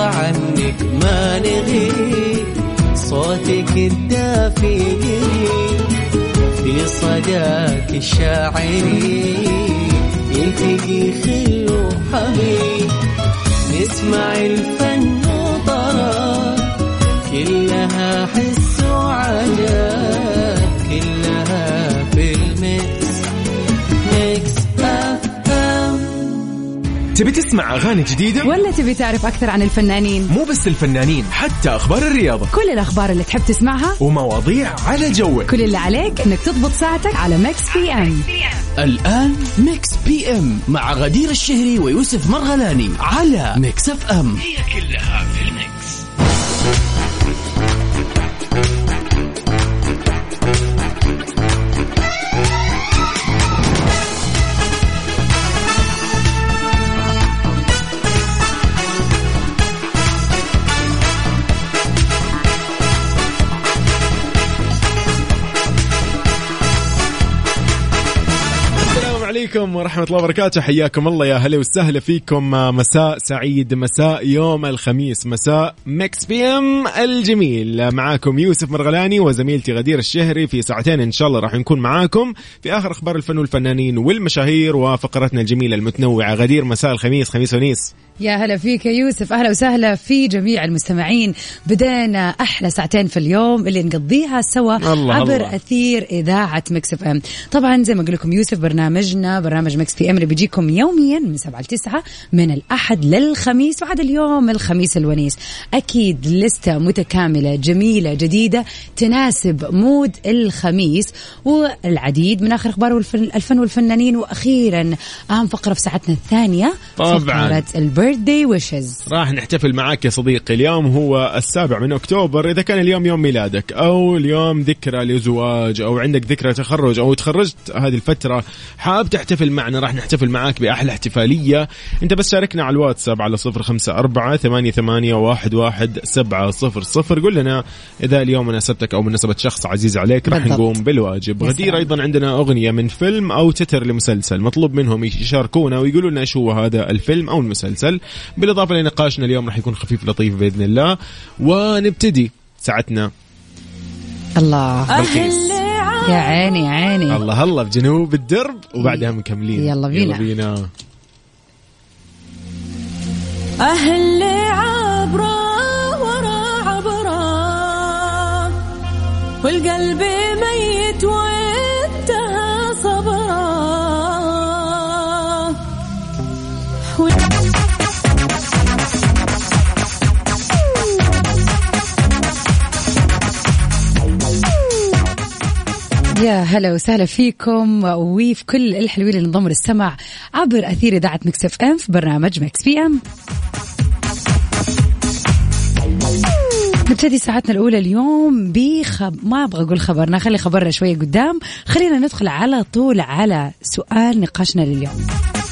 عنك ما نغيب، صوتك الدافي في صداك الشاعري يلتقي خل وحبيب، نسمع الفن وطرب كلها حس وعجب، كلها في الميكس أف أم. تبي تسمع أغاني جديدة ولا تبي تعرف أكثر عن الفنانين؟ مو بس الفنانين، حتى أخبار الرياضة، كل الأخبار اللي تحب تسمعها ومواضيع على جوك. كل اللي عليك إنك تضبط ساعتك على ميكس بي ام. الآن ميكس بي ام مع غدير الشهري ويوسف مرغلاني على ميكس اف ام، هي كلها في الميكس. عليكم ورحمة الله وبركاته، حياكم الله، يا هلا وسهلا فيكم. مساء سعيد، مساء يوم الخميس، مساء ميكس بي ام الجميل. معاكم يوسف مرغلاني وزميلتي غدير الشهري، في ساعتين إن شاء الله راح نكون معاكم في آخر أخبار الفن والفنانين والمشاهير وفقراتنا الجميلة المتنوعة. غدير، مساء الخميس، خميس ونيس. يا هلا فيك يا يوسف، أهلا وسهلا في جميع المستمعين. بدأنا أحلى ساعتين في اليوم اللي نقضيها سوا عبر أثير إذاعة ميكس اف ام. طبعا زي ما أقول لكم يوسف، برنامجنا برنامج ميكس بي ام اللي بيجيكم يوميا من 7 ل 9 من الأحد للخميس، وعد اليوم الخميس الونيس. أكيد لستة متكاملة جميلة جديدة تناسب مود الخميس، والعديد من آخر أخبار الفن والفنانين، وأخيرا أهم فقرة في ساعتنا الثانية، فقرة birthday wishes. راح نحتفل معاك يا صديقي. اليوم هو 7 من أكتوبر. إذا كان اليوم يوم ميلادك أو اليوم ذكرى لزواج أو عندك ذكرى تخرج أو تخرجت هذه الفترة، حاب تحتفل معنا، راح نحتفل معاك بأحلى احتفالية. أنت بس شاركنا على الواتساب على 0548811700. قل لنا إذا اليوم مناسبتك أو مناسبة شخص عزيز عليك، راح نقوم بالواجب. غدير أيضا عندنا أغنية من فيلم أو تتر لمسلسل، مطلوب منهم يشاركونا ويقولوا لنا إيش هو هذا الفيلم أو المسلسل. بالإضافة لنقاشنا اليوم راح يكون خفيف لطيف بإذن الله، ونبتدي ساعتنا. الله يا عيني عيني، الله بجنوب الدرب، وبعدها مكملين. يلا بينا. أهل عبرة ورا عبرة، والقلب ميت وانتهى صبرا. يا هلا وسهلا فيكم وفي كل الحلوين اللي انضموا للسمع عبر أثير إذاعة ميكس اف ام في برنامج ميكس بي ام. نبتدي ساعتنا الأولى اليوم ما أبغى أقول خبرنا، خلي خبرنا شوية قدام. خلينا ندخل على طول على سؤال نقاشنا لليوم.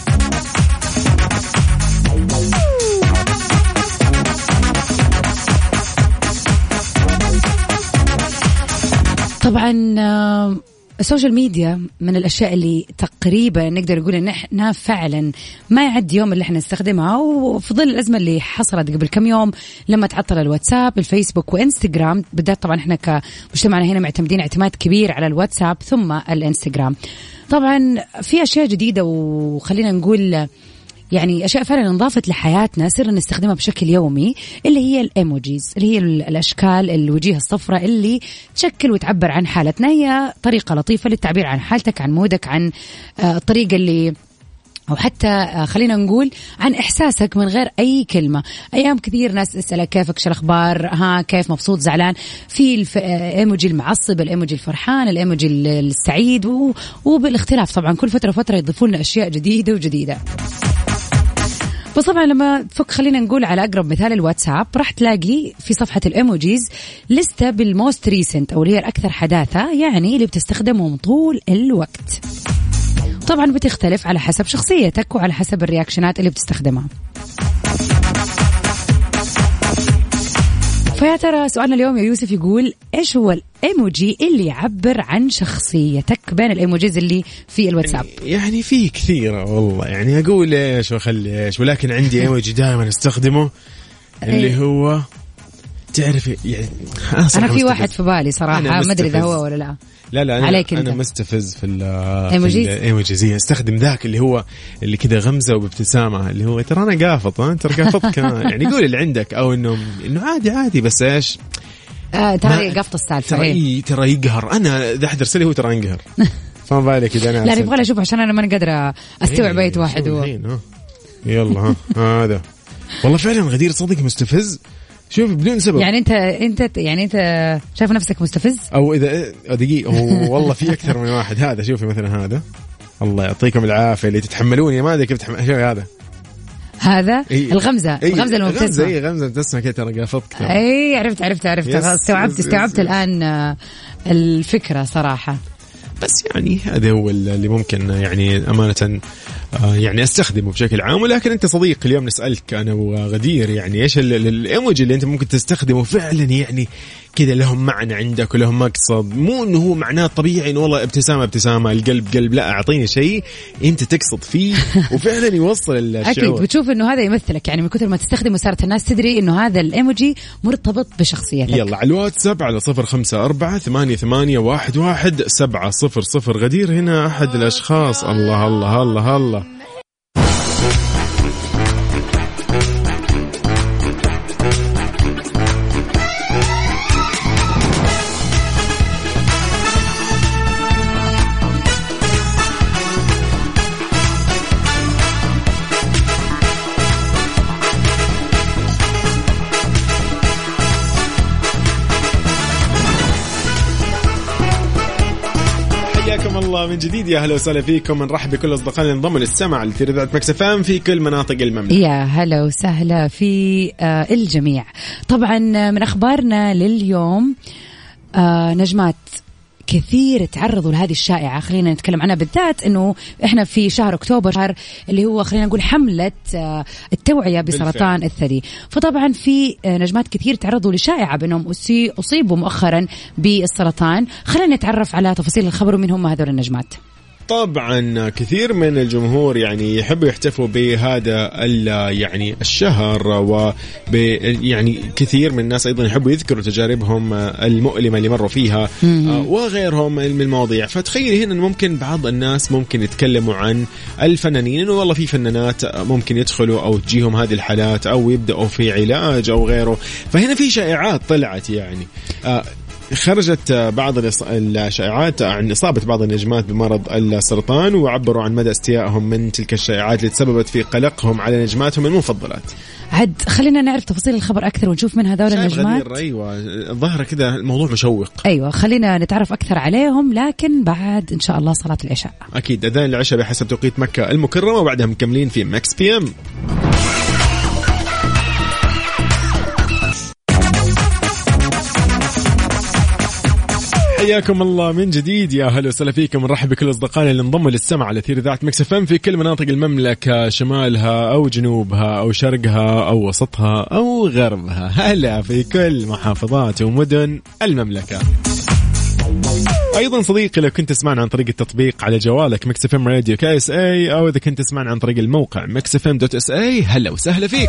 طبعا السوشيال ميديا من الأشياء اللي تقريبا نقدر نقول إن إحنا فعلا ما يعد يوم اللي إحنا نستخدمها، وفي ظل الأزمة اللي حصلت قبل كم يوم لما تعطل الواتساب، الفيسبوك وإنستغرام بالذات. طبعا إحنا كمجتمعنا هنا معتمدين اعتماد كبير على الواتساب ثم الإنستغرام. طبعا في أشياء جديدة وخلينا نقول يعني أشياء فعلا انضافت لحياتنا صرنا نستخدمها بشكل يومي، اللي هي الإيموجيز، اللي هي الأشكال الوجيه الصفراء اللي تشكل وتعبر عن حالتنا. هي طريقة لطيفة للتعبير عن حالتك، عن مودك، عن الطريقة اللي أو حتى خلينا نقول عن إحساسك من غير أي كلمة. أيام كثير ناس تسألك كيفك، شو الأخبار، كيف، مبسوط، زعلان. في الإيموجي المعصب، الإيموجي الفرحان، الإيموجي السعيد، وبالاختلاف طبعا كل فترة فترة يضيفون لنا أشياء جديدة وجديدة. بس طبعا لما تفك خلينا نقول على أقرب مثال الواتساب، راح تلاقي في صفحة الإيموجيز لستة بالموست ريسنت أو اللي هي الأكثر حداثة، يعني اللي بتستخدمهم طول الوقت. طبعا بتختلف على حسب شخصيتك وعلى حسب الرياكشنات اللي بتستخدمها. فيا ترى سؤالنا اليوم يا يوسف يقول إيش هو الإيموجي اللي يعبر عن شخصيتك بين الإيموجيز اللي في الواتساب؟ يعني في كثيرة والله، يعني أقول إيش وأخلي إيش، ولكن عندي إيموجي دائما استخدمه اللي هو تعرفي يعني أنا في واحد في بالي صراحة ما أدري إذا هو ولا لا. لا أنا مستفز في الإيموجي استخدم ذاك اللي هو اللي كذا غمزة وبابتسامة اللي هو ترى أنا قافط ترى قافط يعني قول اللي عندك أو إنه عادي بس إيش ترى قافط السالفة ترى يقهر أنا إذا حد رسلي هو ترى ينقهر فما بالك إذا أنا لا نبغى أشوف عشان أنا ما قادرة أستوعب بيت واحد يلا هذا والله فعلا غدير صدق مستفز. شوف بدون سبب يعني انت شايف نفسك مستفز او اذا دقيقه والله في اكثر من واحد. هذا شوفي مثلا هذا الله يعطيكم العافيه اللي تتحملوني ما ادري كيف تتحمل. شوف هذا الغمزه المبتسمه غمزه مبتسمه كده ترى قافطك. اي عرفت استوعبت الان الفكره صراحه. بس يعني هذا هو اللي ممكن يعني أمانة يعني أستخدمه بشكل عام. ولكن أنت صديق اليوم نسألك أنا وغدير يعني إيش الإيموجي اللي أنت ممكن تستخدمه فعلا يعني كذا لهم معنى عندك ولهم مقصد مو إنه هو معناه طبيعي إنه والله ابتسامة القلب قلب. لا أعطيني شيء أنت تقصد فيه وفعلا يوصل الشعور. أكيد بتشوف إنه هذا يمثلك يعني من كثر ما تستخدمه صارت الناس تدري إنه هذا الإيموجي مرتبط بشخصيتك. يلا على الواتساب على 0548811700 غدير هنا أحد الأشخاص. الله من جديد. يا هلا وسهلا فيكم. نرحب بكل أصدقائنا اللي انضموا للسمع لتردد مكس اف ام في كل مناطق المملكة. يا هلا وسهلا في الجميع. طبعا من أخبارنا لليوم نجمات كثير تعرضوا لهذه الشائعة. خلينا نتكلم عنها بالذات إنه إحنا في شهر أكتوبر، شهر اللي هو خلينا نقول حملة التوعية بسرطان الثدي. فطبعا في نجمات كثير تعرضوا لشائعة بأنهم أصيبوا مؤخرا بالسرطان. خلينا نتعرف على تفاصيل الخبر ومن هم هذول النجمات. طبعا كثير من الجمهور يعني يحبوا يحتفوا بهذا يعني الشهر يعني كثير من الناس أيضا يحبوا يذكروا تجاربهم المؤلمة اللي مروا فيها وغيرهم من المواضيع. فتخيل هنا ممكن بعض الناس ممكن يتكلموا عن الفنانين إنه والله في فنانات ممكن يدخلوا أو تجيهم هذه الحالات أو يبدأوا في علاج أو غيره. فهنا في شائعات طلعت يعني خرجت بعض الشائعات عن إصابة بعض النجمات بمرض السرطان وعبروا عن مدى استيائهم من تلك الشائعات اللي تسببت في قلقهم على نجماتهم المفضلات. عد خلينا نعرف تفاصيل الخبر أكثر ونشوف من هذول النجمات. أيوة الظاهر كده الموضوع مشوق. أيوة خلينا نتعرف أكثر عليهم لكن بعد إن شاء الله صلاة العشاء. أكيد أذان العشاء بحسب توقيت مكة المكرمة وبعدها مكملين في ماكس بي ام. حياكم الله من جديد. يا هلا وسهلا فيكم. نرحب بكل أصدقائنا اللي انضموا للسمع على أثير إذاعة مكس اف ام في كل مناطق المملكة، شمالها أو جنوبها أو شرقها أو وسطها أو غربها. هلا في كل محافظات ومدن المملكة. أيضا صديقي لو كنت تسمعنا عن طريق التطبيق على جوالك مكس اف ام راديو KSA أو إذا كنت تسمعنا عن طريق الموقع mixfm.sa هلا وسهلا فيك.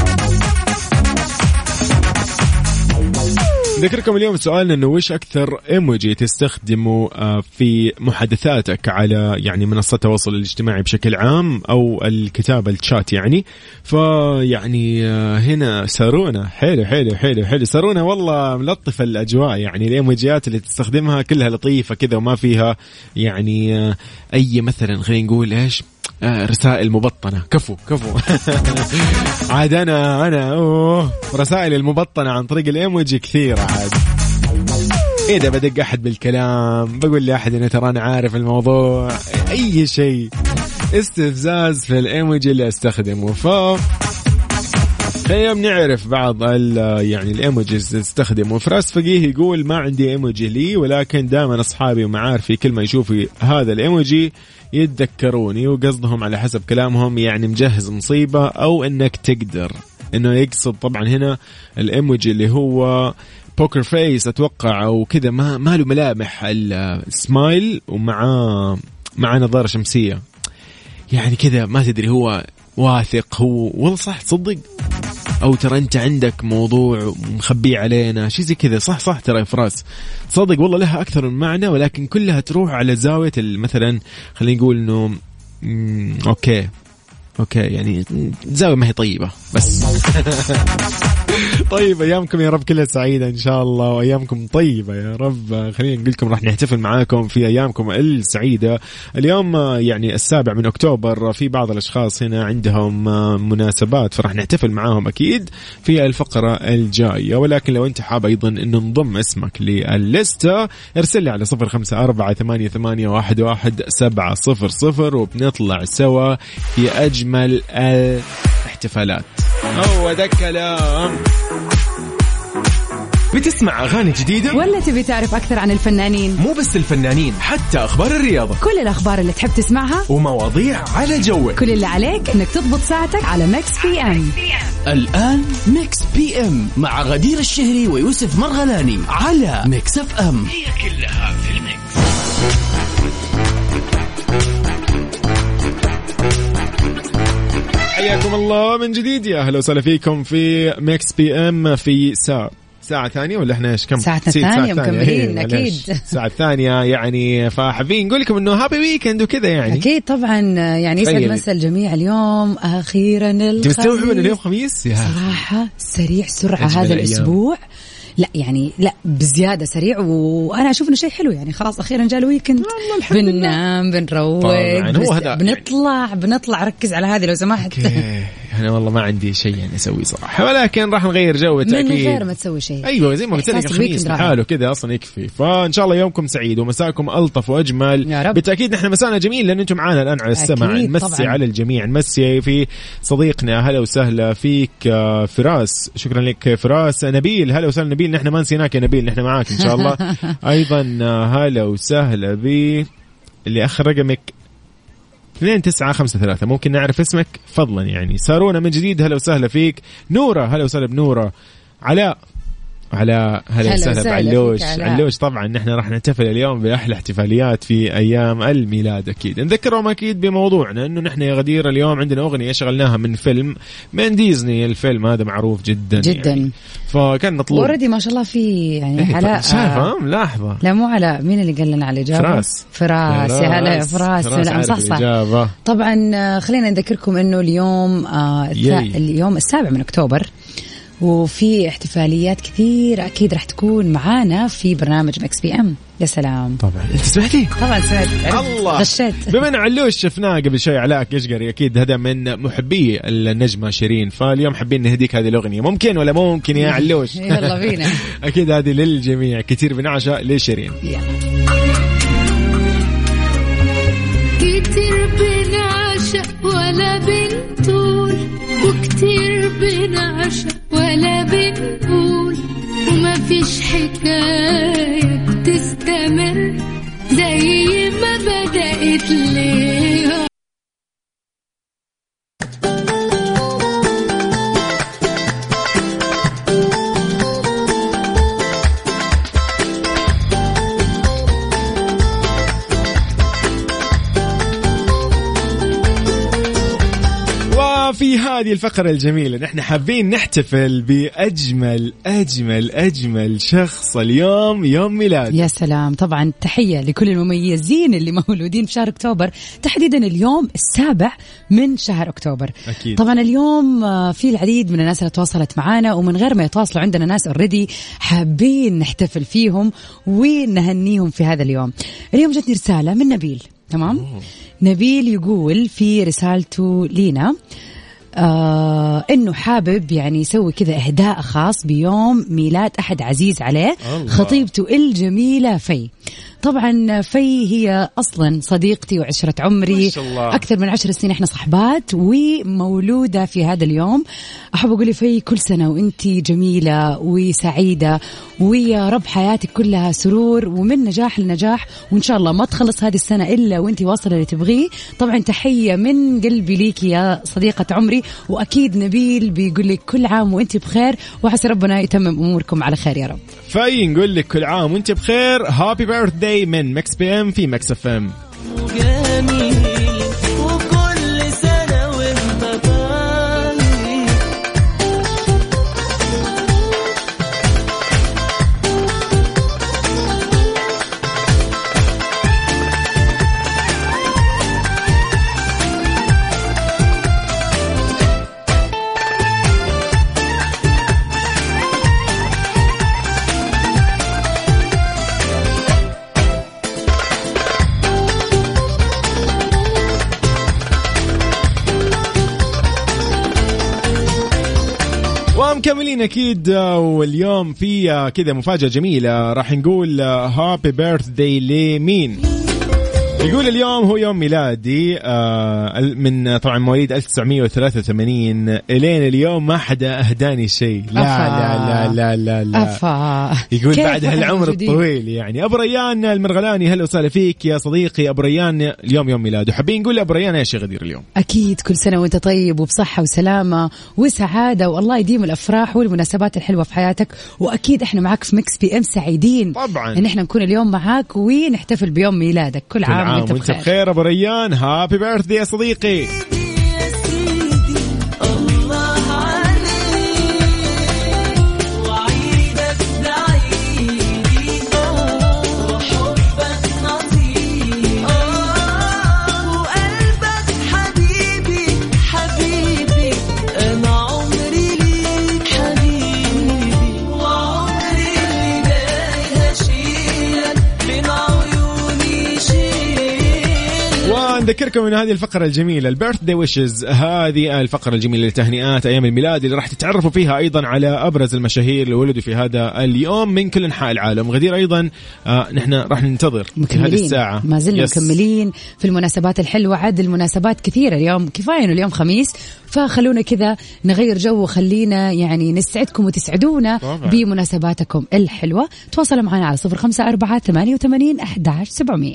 ذكركم اليوم سؤالنا انه وش اكثر ايموجي تستخدمه في محادثاتك على يعني منصات التواصل الاجتماعي بشكل عام او الكتابة الشات يعني. فيعني هنا سارونا حلو سارونا والله ملطفة الاجواء يعني. الايموجيات اللي تستخدمها كلها لطيفة كذا وما فيها يعني اي مثلا خلينا نقول ايش رسائل مبطنة. كفو عاد أنا رسائل المبطنة عن طريق الإيموجي كثير. عاد إذا بدق أحد بالكلام بقول لي أحد إنه ترى أنا عارف الموضوع. أي شيء استفزاز في الإيموجي اللي أستخدمه. خلينا نعرف بعض يعني الإيموجيز استخدمه. فراس فقيه يقول ما عندي إيموجي لي ولكن دائما أصحابي ومعارفي كل ما يشوفوا هذا الإيموجي يتذكروني. وقصدهم على حسب كلامهم يعني مجهز مصيبة أو إنك تقدر. إنه يقصد طبعا هنا الإيموجي اللي هو بوكر فيس أتوقع أو كذا ما له ملامح السمايل ومع نظارة شمسية يعني كذا ما تدري هو واثق هو والله صح تصدق أو ترى أنت عندك موضوع مخبي علينا شيء زي كذا. صح ترى يا فراس، صدق والله لها أكثر من معنى، ولكن كلها تروح على زاوية مثلا خلينا نقول إنه أوكي يعني زاوية ما هي طيبة بس. طيب أيامكم يا رب كلها سعيدة إن شاء الله، وأيامكم طيبة يا رب. خلينا نقول لكم راح نحتفل معاكم في أيامكم السعيدة. اليوم يعني 7 من أكتوبر، في بعض الأشخاص هنا عندهم مناسبات، فراح نحتفل معاهم أكيد في الفقرة الجاية. ولكن لو أنت حاب أيضا إنه نضم اسمك للليستة، ارسل لي على 0548811700 وبنطلع سوا في أجمل الاحتفالات. هو ده الكلام. بتسمع أغاني جديدة ولا تبي تعرف أكثر عن الفنانين؟ مو بس الفنانين، حتى أخبار الرياضة، كل الأخبار اللي تحب تسمعها ومواضيع على جوك. كل اللي عليك إنك تضبط ساعتك على ميكس بي ام. الآن ميكس بي ام مع غدير الشهري ويوسف مرغلاني على ميكس اف ام. هي كلها في الميكس. حياكم الله من جديد، يا أهلا وسهلا فيكم في ميكس بي ام في ساعة ثانية ولا احنا ايش كم؟ ساعتنا الثانية مكملين أكيد. الساعة الثانية يعني، فحابين نقول لكم إنه هابي ويكند وكذا يعني. أكيد طبعا، يعني يسعد مسا الجميع. اليوم أخيرا الخميس. مستوعب إنه اليوم خميس؟ صراحة سريع سرعة هذا الأسبوع. لا يعني لا بزيادة سريع، وأنا أشوف إنه شيء حلو يعني. خلاص أخيرا جاء الويكند، بننام بنروق بنطلع. ركز على هذه لو سمحت. أنا والله ما عندي شيء يعني أسوي صراحة، ولكن راح نغير جو بالتأكيد من غير ما تسوي شيء. أيوة زي ما قلت لك الخميس لحاله كذا أصلا يكفي. فإن شاء الله يومكم سعيد ومساكم ألطف وأجمل بالتأكيد. نحن مسانا جميل لأن أنتم معانا الآن على السماع. نمسي على الجميع، نمسي في صديقنا. هلا وسهلا فيك فراس، شكرا لك فراس. نبيل، هلا وسهلا نبيل، نحن ما نسيناك يا نبيل، نحن معاك إن شاء الله. أيضا هلا وسهلا بي اللي آخر رقمك 2953، ممكن نعرف اسمك فضلا يعني. سارونا من جديد، هلا وسهلا فيك. نورة، هلا وسهلا بنورة. علاء هلا وسهلا بعلوش. طبعا نحن راح نحتفل اليوم بأحلى احتفاليات في أيام الميلاد. أكيد نذكرهم أكيد بموضوعنا إنه نحن يا غدير اليوم عندنا أغنية شغلناها من فيلم من ديزني. الفيلم هذا معروف جدا يعني. فكان نطلب وردي ما شاء الله في يعني علاء. شايفة ملاحظة؟ لا مو علاء، مين اللي قال لنا على الإجابة؟ فراس. يا هلا يا فراس. لا صح. طبعا خلينا نذكركم إنه اليوم 7 من أكتوبر، وفي احتفاليات كثير أكيد رح تكون معانا في برنامج مكس بي ام. يا سلام. طبعا انت سمعتي؟ طبعا سمعت. الله غشيت. بما ان علوش شفناه قبل شوي، علاء يشقري اكيد هذا من محبي النجمة شيرين، فاليوم حابين نهديك هذه الأغنية. ممكن ولا ممكن يا علوش؟ يلا بينا. اكيد هذه للجميع، كثير بنعشق لشيرين. كتير بنعشق ولا بنطول، وكتير بنعشق ولا بنقول، وما فيش حكاية تستمر زي ما بدأت ليه. في هذه الفقرة الجميلة نحن حابين نحتفل بأجمل شخص اليوم، يوم ميلاد. يا سلام. طبعا تحية لكل المميزين اللي مولودين في شهر أكتوبر، تحديدا اليوم 7 من شهر أكتوبر. أكيد. طبعا اليوم في العديد من الناس اللي تواصلت معنا، ومن غير ما يتواصلوا عندنا ناس اوريدي حابين نحتفل فيهم ونهنيهم في هذا اليوم. اليوم جتني رسالة من نبيل. تمام. نبيل يقول في رسالته لينا إنه حابب يعني يسوي كذا إهداء خاص بيوم ميلاد أحد عزيز عليه، خطيبته الجميلة في. طبعا في هي أصلا صديقتي وعشرة عمري، أكثر من 10 سنين إحنا صحبات، ومولودة في هذا اليوم. أحب أقول في كل سنة وإنتي جميلة وسعيدة، ويا رب حياتك كلها سرور ومن نجاح لنجاح، وإن شاء الله ما تخلص هذه السنة إلا وإنتي واصلة اللي تبغيه. طبعا تحية من قلبي ليكي يا صديقة عمري. وأكيد نبيل بيقول لك كل عام وإنتي بخير، وعسى ربنا يتمم أموركم على خير يا رب. في نقول لك كل عام وإنتي بخير. هابي بيرثداي من مكس بي ام في مكس اف ام. ومكملين أكيد. واليوم في كذا مفاجأة جميلة، راح نقول هابي بيرثدي لمين. يقول اليوم هو يوم ميلادي من طبعا مواليد 1983 إلين اليوم ما حدا أهداني شيء. لا لا لا لا لا أفا. يقول بعد هالعمر الطويل يعني. أبو ريان المرغلاني، هلا وسهلا فيك يا صديقي أبو ريان. اليوم يوم ميلاده، حابين نقول لأبو ريان ايش يا غدير اليوم؟ أكيد كل سنة وأنت طيب وبصحة وسلامة وسعادة، والله يديم الأفراح والمناسبات الحلوة في حياتك. وأكيد إحنا معك في ميكس بي ام سعيدين طبعا إن إحنا نكون اليوم معك ونحتفل بيوم ميلادك. كل عام وأنت بخير أبو ريان. هابي بيرثدي يا صديقي. نذكركم من هذه الفقرة الجميلة البيرثدي ويشز، هذه الفقرة الجميلة لتهنئات أيام الميلاد اللي راح تتعرفوا فيها أيضا على أبرز المشاهير اللي ولدوا في هذا اليوم من كل أنحاء العالم. غدير أيضا نحن راح ننتظر هذه الساعة، ما زلنا مكملين في المناسبات الحلوة. عاد المناسبات كثيرة اليوم، كفاية إنه اليوم خميس، فخلونا كذا نغير جو وخلينا يعني نسعدكم وتسعدونا بمناسباتكم الحلوة. تواصلوا معنا على 0548811700.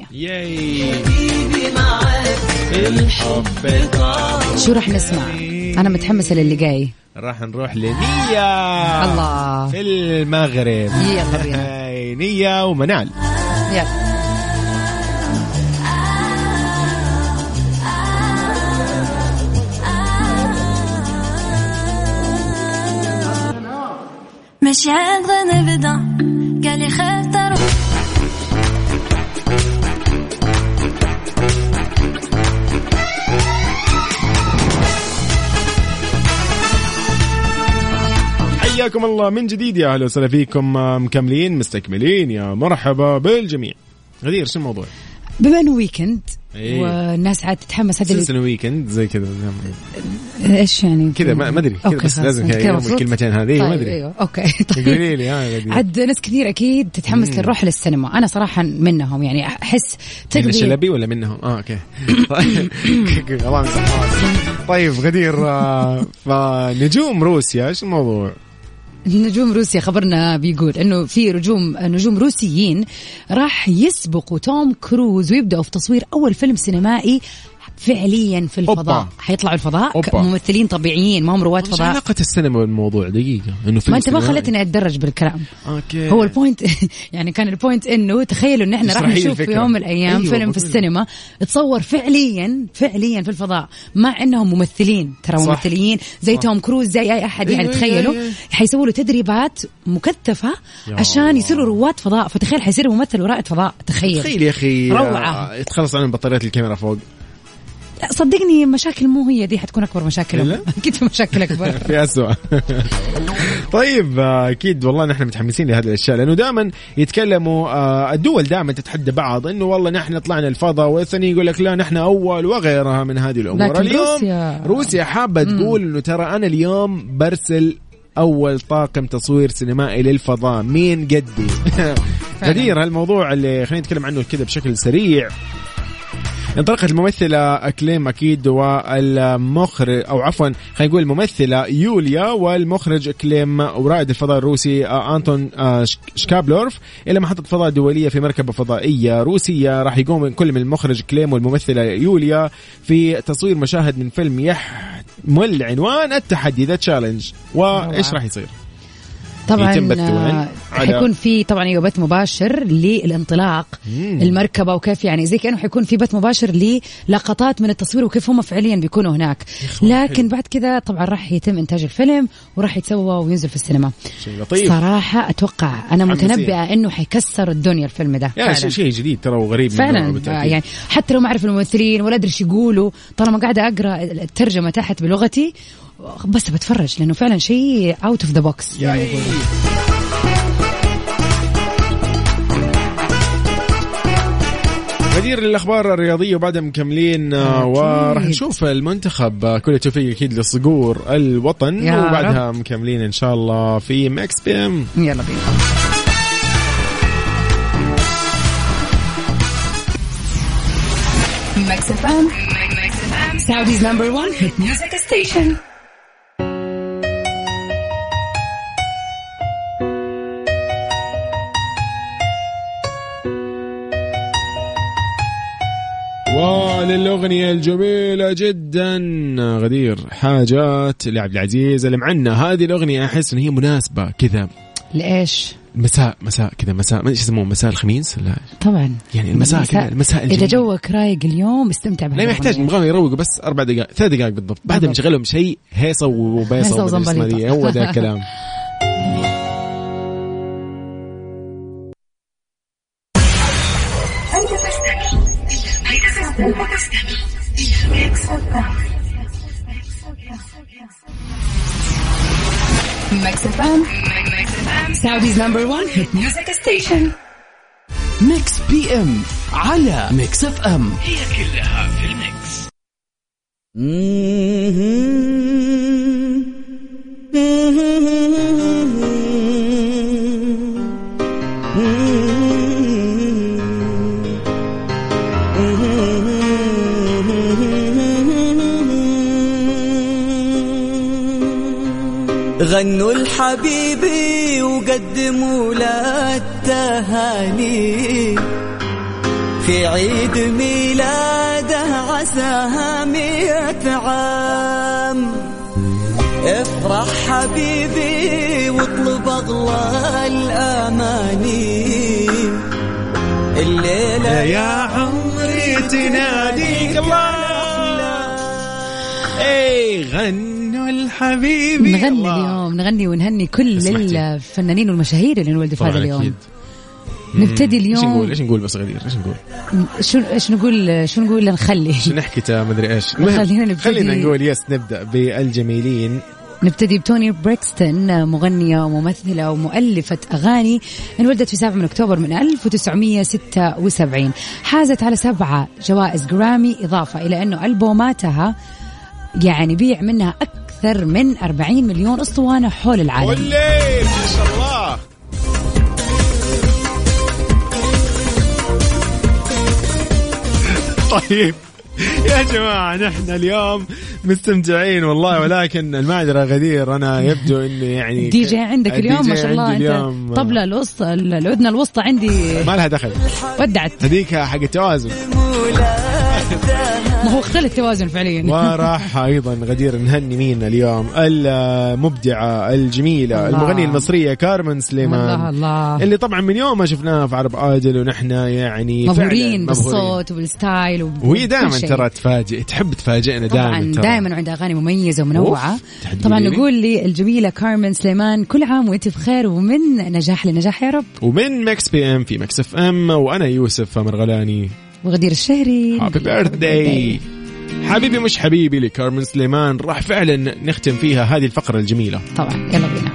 شو راح نسمع؟ أنا متحمسة للي جاي. راح نروح لنية الله في المغرب. يلا بينا. نية ومنال. يلا. مش عايزة نبدأ قالي خاطر حياكم الله من جديد، يا أهلا وسهلا فيكم. مكملين مستكملين، يا مرحبا بالجميع. غدير شو الموضوع؟ بما انه ويكند والناس عاد تتحمس هذا سلسلة ويكند زي كذا، ايش يعني كذا ما ادري كذا، بس لازم الكلمتين هذه ما ادري. ايوه اوكي طيب. قولي لي عاد ناس كثير اكيد تتحمس للروح للسينما. انا صراحه منهم، يعني احس تقدر شلبي ولا منهم اوكي طيب غدير فنجوم روسيا ايش الموضوع؟ نجوم روسيا خبرنا بيقول انه في نجوم روسيين راح يسبقوا توم كروز ويبدأوا في تصوير اول فيلم سينمائي فعليا في الفضاء. حيطلعوا الفضاء ممثلين طبيعيين، ما هم رواد فضاء. علاقة السينما بالموضوع دقيقة انه ما انت ما خلتني اتدرج بالكلام. أوكي. هو البوينت يعني كان البوينت انه تخيلوا ان احنا راح نشوف في يوم من الايام فيلم في السينما تصور فعليا في الفضاء، مع انهم ممثلين ترى ممثلين زي توم كروز زي اي احد. يعني تخيلوا حيسووا له تدريبات مكثفة عشان يصيروا رواد فضاء. فتخيل حيصير ممثل ورائد فضاء. تخيل يا اخي روعة. يتخلص عن بطاريات الكاميرا فوق. لا صدقني مشاكل مو هي دي حتكون أكبر مشاكل. أكيد في مشاكل أكبر في أسوأ. طيب أكيد والله نحن متحمسين لهذه الأشياء، لأنه دائما يتكلموا الدول دائما تتحدى بعض إنه والله نحن طلعنا الفضاء، والثاني يقول لك لا نحن أول وغيرها من هذه الأمور. اليوم روسيا حابة تقول إنه ترى أنا اليوم برسل أول طاقم تصوير سينمائي للفضاء. مين قدي؟ غدير هالموضوع اللي خلينا نتكلم عنه كده بشكل سريع. انطلقت الممثلة أكليم أكيد والمخرج أو عفوا خلينا نقول الممثلة يوليا والمخرج أكليم ورائد الفضاء الروسي أنتون شكابلورف إلى محطة فضاء دولية في مركبة فضائية روسية. راح يقوم كل من المخرج أكليم والممثلة يوليا في تصوير مشاهد من فيلم يحمل عنوان التحدي ذا تشالنج. وإيش راح يصير؟ طبعا حيكون في طبعا بث مباشر للانطلاق المركبة، وكيف يعني زي كأنه حيكون في بث مباشر للقطات من التصوير وكيف هم فعليا بيكونوا هناك. لكن بعد كذا طبعا راح يتم إنتاج الفيلم وراح يتسوى وينزل في السينما. شيء لطيف صراحة. أتوقع أنا متنبئة إنه حيكسر الدنيا الفيلم ده. شيء جديد ترى وغريب فعلا. يعني حتى لو ما أعرف الممثلين ولا أدري شو يقولوا، طالما قاعدة أقرأ الترجمة تحت بلغتي بس بتفرج، لأنه فعلا شيء out of the box. غدير للأخبار الرياضية وبعدها مكملين وراح نشوف المنتخب. كل التوفيق أكيد لصقور الوطن وبعدها مكملين إن شاء الله في ميكس بي ام. يلا بينا. ميكس اف ام Saudi's number one hit music station. وللأغنية الجميلة جدا غدير حاجات لعبد العزيز اللي معنا. هذه الأغنية أحس إن هي مناسبة كذا لإيش؟ مساء كذا، مساء ما إيش يسموه، مساء الخميس. لا طبعا يعني المساء كذا، المساء الجميل. إذا جوك رايق اليوم استمتع بها. لا يحتاج نبغى يروقوا بس 4 دقائق 3 دقائق بالضبط، بعدها نشغلهم شيء هيصة وبيصة وزنبليطة. هو ذا الكلام. Mix FM, Saudi's number one hit music station. ميكس بي ام على ميكس اف ام. هي كلها في الميكس. غنوا الحبيبي وقدموا له التهاني في عيد ميلاده عساها 100 عام. افرح حبيبي واطلب اغلى الاماني الليله يا عمري تناديك الله. اي غنوا الحبيبي. نغني اليوم، نغني ونهني كل الفنانين والمشاهير اللي انولدوا في هذا اليوم. نبتدي اليوم. ايش نقول بس غدير؟ ايش نقول؟ شو نقول نخلي شو نحكي ما ادري ايش. خلينا نقول نبدا بالجميلين. نبتدي بتوني بريكستون، مغنية وممثلة ومؤلفة أغاني، انولدت في 7 من أكتوبر من 1976. حازت على 7 جوائز جرامي، إضافة إلى أنه ألبوماتها يعني بيع منها أكثر من 40 مليون أسطوانة حول العالم. والليل ما شاء الله. طيب يا جماعة نحن اليوم مستمتعين والله، ولكن المعذرة غدير أنا يبدو إنه يعني دي جي عندك اليوم ما شاء الله. أنت طبلة الوسطى، الأذن الوسطى عندي ما لها دخل، ودعت هذيك حق التوازن. ما هو اختل التوازن فعليا. وراح أيضا غدير نهني مين اليوم؟ المبدعة الجميلة الله. المغنية المصرية كارمن سليمان الله. اللي طبعا من يوم ما شفناها في عرب آدل ونحن يعني مبهورين بالصوت وبالستايل وهي دائما ترى تفاجئ، تحب تفاجئنا دائما وعندها أغاني مميزة ومنوعة. طبعا نقول لي الجميلة كارمن سليمان كل عام وانت بخير ومن نجاح لنجاح يا رب. ومن ميكس بي ام في ميكس اف ام، وأنا يوسف مرغلاني وغدير الشهري. هابي بيرثداي حبيبي مش حبيبي لكارمن سليمان. راح فعلا نختم فيها هذه الفقرة الجميلة طبعا. يلا بينا.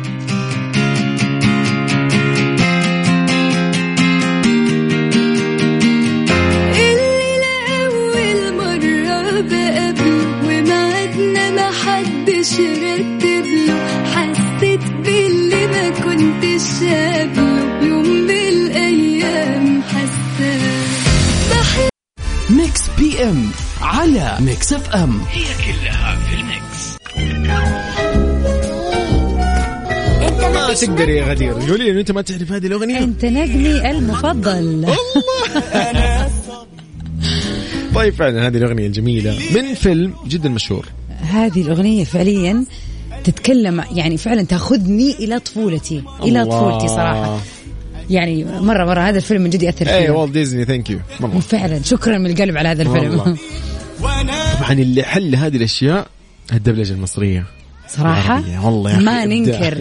الليلة أول مرة بقابله ومعدنا ما حدش رتب له، حسيت باللي ما كنتش قابله يوم من الأيام. حسيت ميكس بي ام على ميكس اف ام. هي كلها في الميكس. ما تقدر يا غدير قولي لي انت ما تعرف هذه الاغنيه. انت نجمي المفضل. طيب فعلا هذه الاغنيه الجميله من فيلم جدا مشهور. هذه الاغنيه فعليا تتكلم يعني فعلا تاخذني الى طفولتي، الى طفولتي صراحه. يعني مرة هذا الفيلم من جد يأثر فيه. والت ديزني ثانك يو فعلا شكرا من القلب على هذا الفيلم. طبعا اللي حل هذه الأشياء الدبلجة المصرية صراحة والله ما ننكر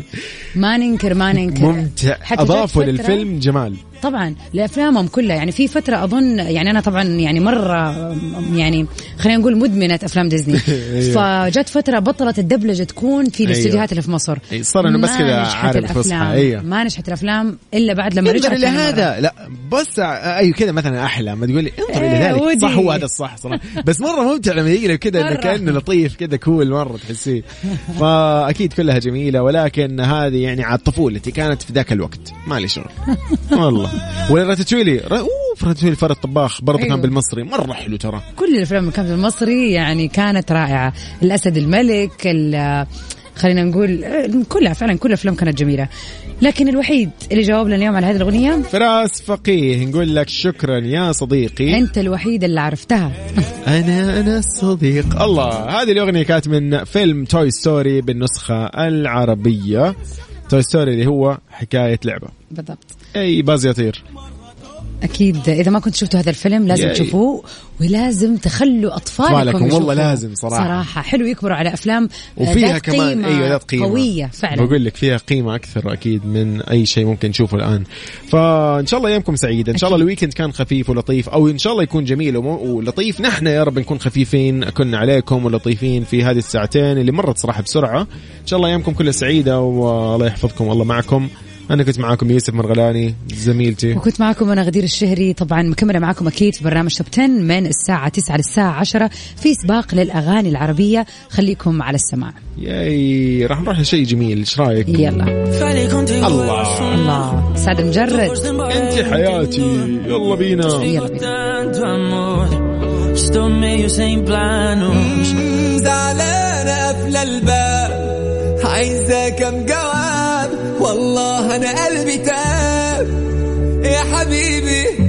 ما ننكر ممتع، أضافوا للفيلم جمال طبعا لأفلامهم كلها. يعني في فترة أظن يعني أنا طبعا يعني مرة يعني خلينا نقول مدمنة أفلام ديزني. فجت فترة بطلت الدبلجة تكون في الاستوديوهات اللي في مصر، صار إنه بس كذا عارف الفصحى. ما نجحت الأفلام إلا بعد لما رجعت لهذا. لا بس أيوة كذا مثلا أحلى ما تقولي انظر إلى ذلك، صح هو هذا الصح صراحة. بس مرة ممتع لما يجي كذا إنه كأنه لطيف كذا كول مرة تحسيه. فأكيد كلها جميلة، ولكن هذه يعني على طفولتي كانت في ذاك الوقت ما لي شغل والله. ولا راتاتويلي راتاتويلي فرد الطباخ برضه كان بالمصري مرة حلو ترى. كل الأفلام اللي كانت بالمصري يعني كانت رائعة. الأسد الملك، خلينا نقول كلها فعلا كل الأفلام كانت جميلة. لكن الوحيد اللي جاوب لنا اليوم على هذه الأغنية فراس فقيه، نقول لك شكرا يا صديقي، أنت الوحيد اللي عرفتها. أنا الصديق. الله، هذه الأغنية كانت من فيلم توي ستوري بالنسخة العربية. توي ستوري اللي هو حكاية لعبة بالضبط. أي باز يطير. أكيد إذا ما كنت شفتوا هذا الفيلم لازم تشوفوه، ولازم تخلوا أطفالكم والله لازم صراحة حلو يكبروا على أفلام وفيها كمان ذات قيمة قوية فعلا. بقول لك فيها قيمة أكثر أكيد من أي شيء ممكن تشوفه الآن. فإن شاء الله أيامكم سعيدة، إن شاء الله الويكند كان خفيف ولطيف، أو إن شاء الله يكون جميل ولطيف. نحن يا رب نكون خفيفين كنا عليكم ولطيفين في هذه الساعتين اللي مرت صراحة بسرعة. إن شاء الله أيامكم كلها سعيدة والله يحفظكم والله معكم. أنا كنت معاكم يوسف مرغلاني زميلتي، وكنت معاكم أنا غدير الشهري. طبعا مكملة معاكم أكيد في برنامج توب 10 من الساعة 9 للساعة 10 في سباق للأغاني العربية. خليكم على السماع. ياي راح نروح لشيء جميل، إيش رأيك؟ يلا. الله سعد المجرد، أنت حياتي. يلا بينا. زعلانة قفل الباب، عايزة كم جواب، والله أنا قلبي تاب يا حبيبي.